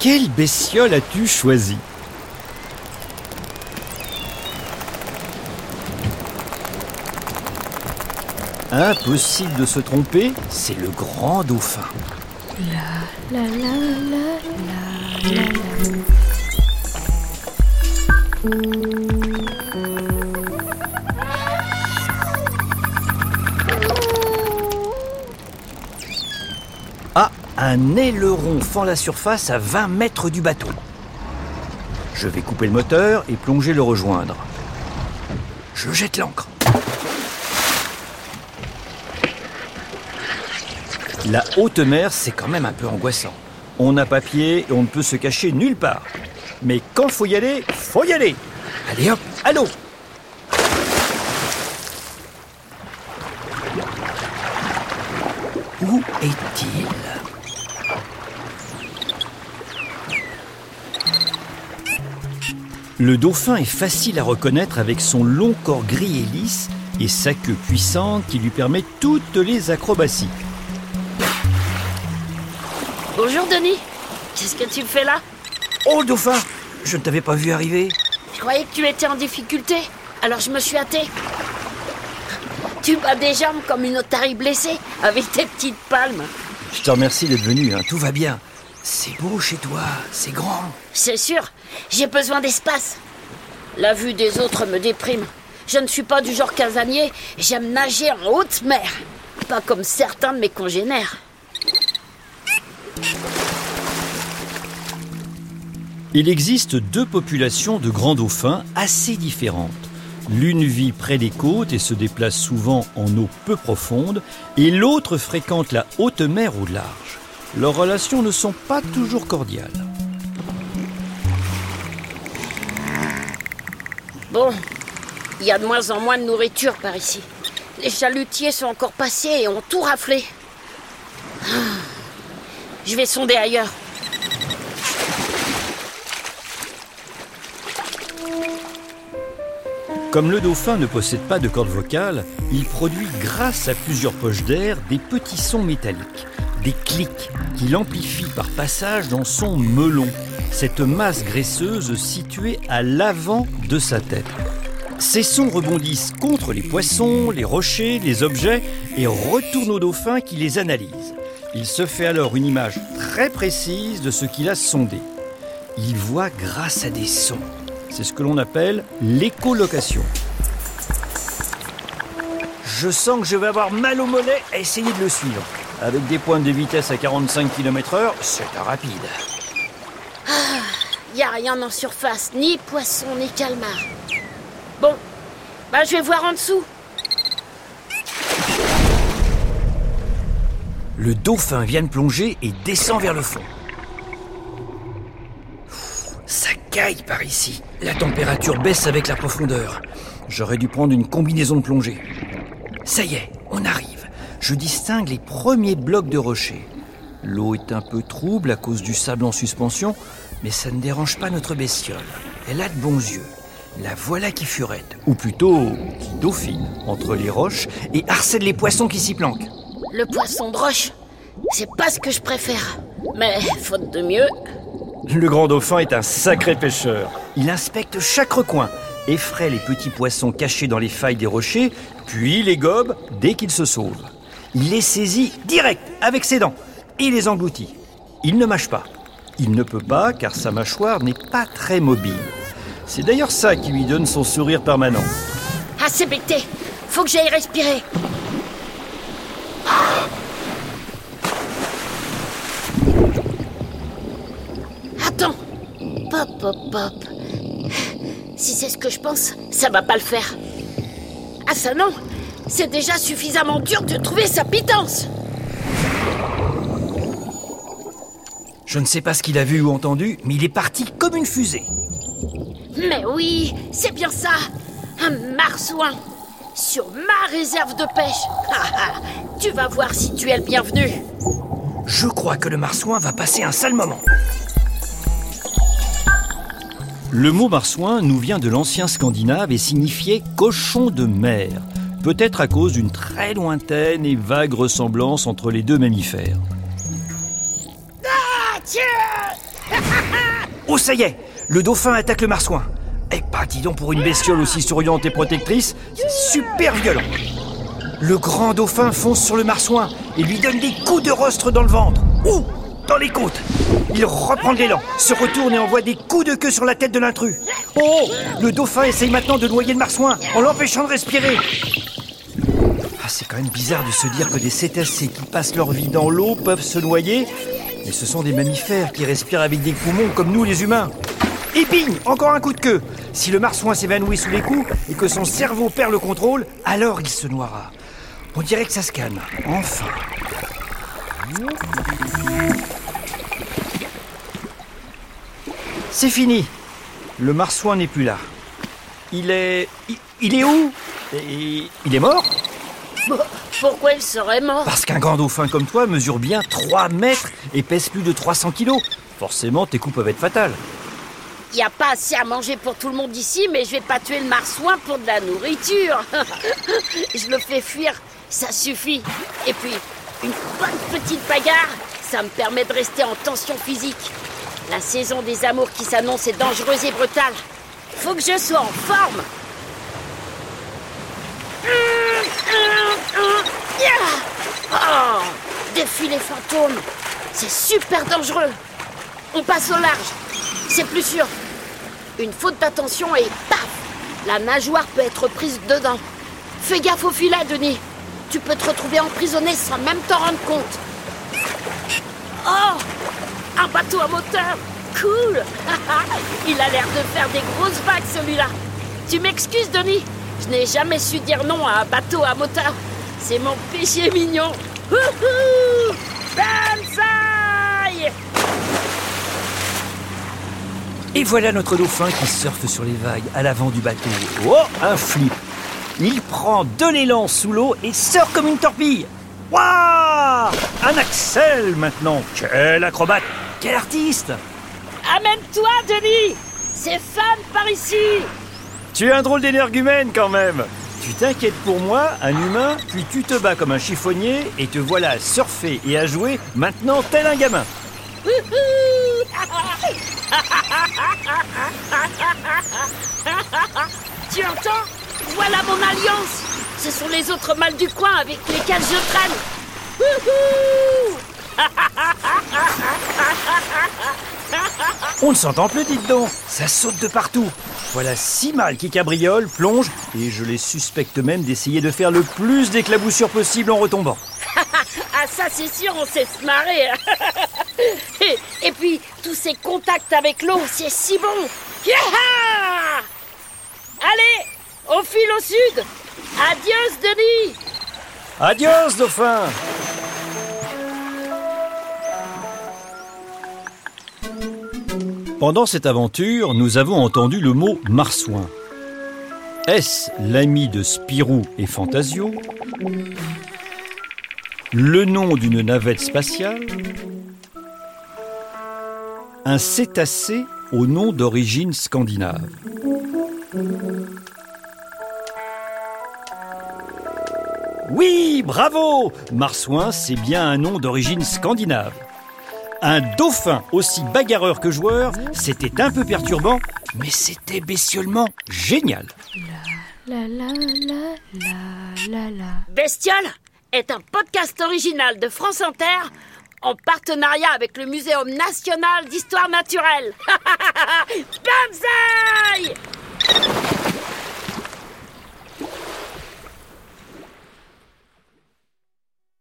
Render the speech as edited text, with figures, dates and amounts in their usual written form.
Quelle bestiole as-tu choisi ? Impossible de se tromper, c'est le grand dauphin. La la la la la la la. Ah, un aileron fend la surface à 20 mètres du bateau. Je vais couper le moteur et plonger le rejoindre. Je jette l'ancre. La haute mer, c'est quand même un peu angoissant. On n'a pas pied et on ne peut se cacher nulle part. Mais quand faut y aller, faut y aller. Allez hop, à l'eau. Où est-il ? Le dauphin est facile à reconnaître avec son long corps gris et lisse et sa queue puissante qui lui permet toutes les acrobaties. Bonjour Denis, qu'est-ce que tu me fais là? Oh dauphin, je ne t'avais pas vu arriver. Je croyais que tu étais en difficulté, alors je me suis hâtée. Tu bats des jambes comme une otarie blessée, avec tes petites palmes. Je te remercie d'être venu, hein. Tout va bien. C'est beau chez toi, c'est grand. C'est sûr, j'ai besoin d'espace. La vue des autres me déprime. Je ne suis pas du genre casanier, j'aime nager en haute mer. Pas comme certains de mes congénères. Il existe deux populations de grands dauphins assez différentes. L'une vit près des côtes et se déplace souvent en eau peu profonde, et l'autre fréquente la haute mer au large. Leurs relations ne sont pas toujours cordiales. Bon, il y a de moins en moins de nourriture par ici. Les chalutiers sont encore passés et ont tout raflé. Je vais sonder ailleurs. Comme le dauphin ne possède pas de cordes vocales, il produit grâce à plusieurs poches d'air des petits sons métalliques, des clics qu'il amplifie par passage dans son melon, cette masse graisseuse située à l'avant de sa tête. Ces sons rebondissent contre les poissons, les rochers, les objets et retournent au dauphin qui les analyse. Il se fait alors une image très précise de ce qu'il a sondé. Il voit grâce à des sons. C'est ce que l'on appelle l'écholocation. Je sens que je vais avoir mal au mollet à essayer de le suivre. Avec des pointes de vitesse à 45 km/h, c'est un rapide. Il n'y a rien en surface, ni poisson, ni calmar. Bon, je vais voir en dessous. Le dauphin vient de plonger et descend vers le fond. Ça caille par ici. La température baisse avec la profondeur. J'aurais dû prendre une combinaison de plongée. Ça y est, on arrive. Je distingue les premiers blocs de rochers. L'eau est un peu trouble à cause du sable en suspension, mais ça ne dérange pas notre bestiole. Elle a de bons yeux. La voilà qui furette, ou plutôt qui dauphine, entre les roches et harcèle les poissons qui s'y planquent. Le poisson de roche, c'est pas ce que je préfère. Mais faute de mieux... Le grand dauphin est un sacré pêcheur. Il inspecte chaque recoin, effraie les petits poissons cachés dans les failles des rochers, puis les gobe dès qu'ils se sauvent. Il les saisit direct avec ses dents et les engloutit. Il ne mâche pas. Il ne peut pas car sa mâchoire n'est pas très mobile. C'est d'ailleurs ça qui lui donne son sourire permanent. Ah, c'est becté. Faut que j'aille respirer. Attends. Pop, pop, pop. Si c'est ce que je pense, ça va pas le faire. Ah ça non. C'est déjà suffisamment dur de trouver sa pitance. Je ne sais pas ce qu'il a vu ou entendu, mais il est parti comme une fusée. Mais oui, c'est bien ça. Un marsouin. Sur ma réserve de pêche. Tu vas voir si tu es le bienvenu. Je crois que le marsouin va passer un sale moment. Le mot marsouin nous vient de l'ancien scandinave et signifiait cochon de mer. Peut-être à cause d'une très lointaine et vague ressemblance entre les deux mammifères. Ah, tiens. Oh, ça y est, le dauphin attaque le marsouin. Eh bah, dis donc, pour une bestiole aussi souriante et protectrice, c'est super violent. Le grand dauphin fonce sur le marsouin et lui donne des coups de rostre dans le ventre. Ouh, dans les côtes. Il reprend de l'élan, se retourne et envoie des coups de queue sur la tête de l'intrus. Oh, le dauphin essaye maintenant de noyer le marsouin en l'empêchant de respirer. Ah, c'est quand même bizarre de se dire que des cétacés qui passent leur vie dans l'eau peuvent se noyer. Mais ce sont des mammifères qui respirent avec des poumons comme nous les humains. Et bing, encore un coup de queue. Si le marsouin s'évanouit sous les coups et que son cerveau perd le contrôle, alors il se noiera. On dirait que ça se calme. Enfin. C'est fini. Le marsouin n'est plus là. Il est où? Et il est mort? Pourquoi il serait mort? Parce qu'un grand dauphin comme toi mesure bien 3 mètres et pèse plus de 300 kilos. Forcément, tes coups peuvent être fatales. Il n'y a pas assez à manger pour tout le monde ici, mais je vais pas tuer le marsouin pour de la nourriture. Je le fais fuir, ça suffit. Et puis, une bonne petite bagarre, ça me permet de rester en tension physique. La saison des amours qui s'annonce est dangereuse et brutale. Faut que je sois en forme. Oh, défilé fantôme. C'est super dangereux. On passe au large. C'est plus sûr. Une faute d'attention et paf, la nageoire peut être prise dedans. Fais gaffe au filet, Denis. Tu peux te retrouver emprisonné sans même t'en rendre compte. Oh, un bateau à moteur. Cool. Il a l'air de faire des grosses vagues, celui-là. Tu m'excuses, Denis? Je n'ai jamais su dire non à un bateau à moteur. C'est mon péché mignon. Wouhou! Banzai! Et voilà notre dauphin qui surfe sur les vagues à l'avant du bateau. Oh, un flip. Il prend de l'élan sous l'eau et sort comme une torpille. Waouh! Un Axel maintenant. Quel acrobate! Quel artiste! Amène-toi, Denis! C'est fun par ici! Tu es un drôle d'énergumène quand même. Tu t'inquiètes pour moi, un humain, puis tu te bats comme un chiffonnier et te voilà à surfer et à jouer maintenant tel un gamin. Tu entends? Voilà mon alliance! Ce sont les autres mâles du coin avec lesquels je traîne! Wouhou! On ne s'entend plus, dites donc. Ça saute de partout. Voilà 6 mâles qui cabriolent, plongent, et je les suspecte même d'essayer de faire le plus d'éclaboussures possible en retombant. Ah ça c'est sûr, on sait se marrer. Et puis, tous ces contacts avec l'eau, c'est si bon. Yeah! Allez, on file au sud. Adios, Denis. Adios, dauphin. Pendant cette aventure, nous avons entendu le mot marsouin. Est-ce l'ami de Spirou et Fantasio? Le nom d'une navette spatiale? Un cétacé au nom d'origine scandinave? Oui, bravo! Marsouin, c'est bien un nom d'origine scandinave. Un dauphin aussi bagarreur que joueur, c'était un peu perturbant, mais c'était bestiolement génial. La la la la la la. Bestiole est un podcast original de France Inter en partenariat avec le Muséum national d'histoire naturelle. Banzai!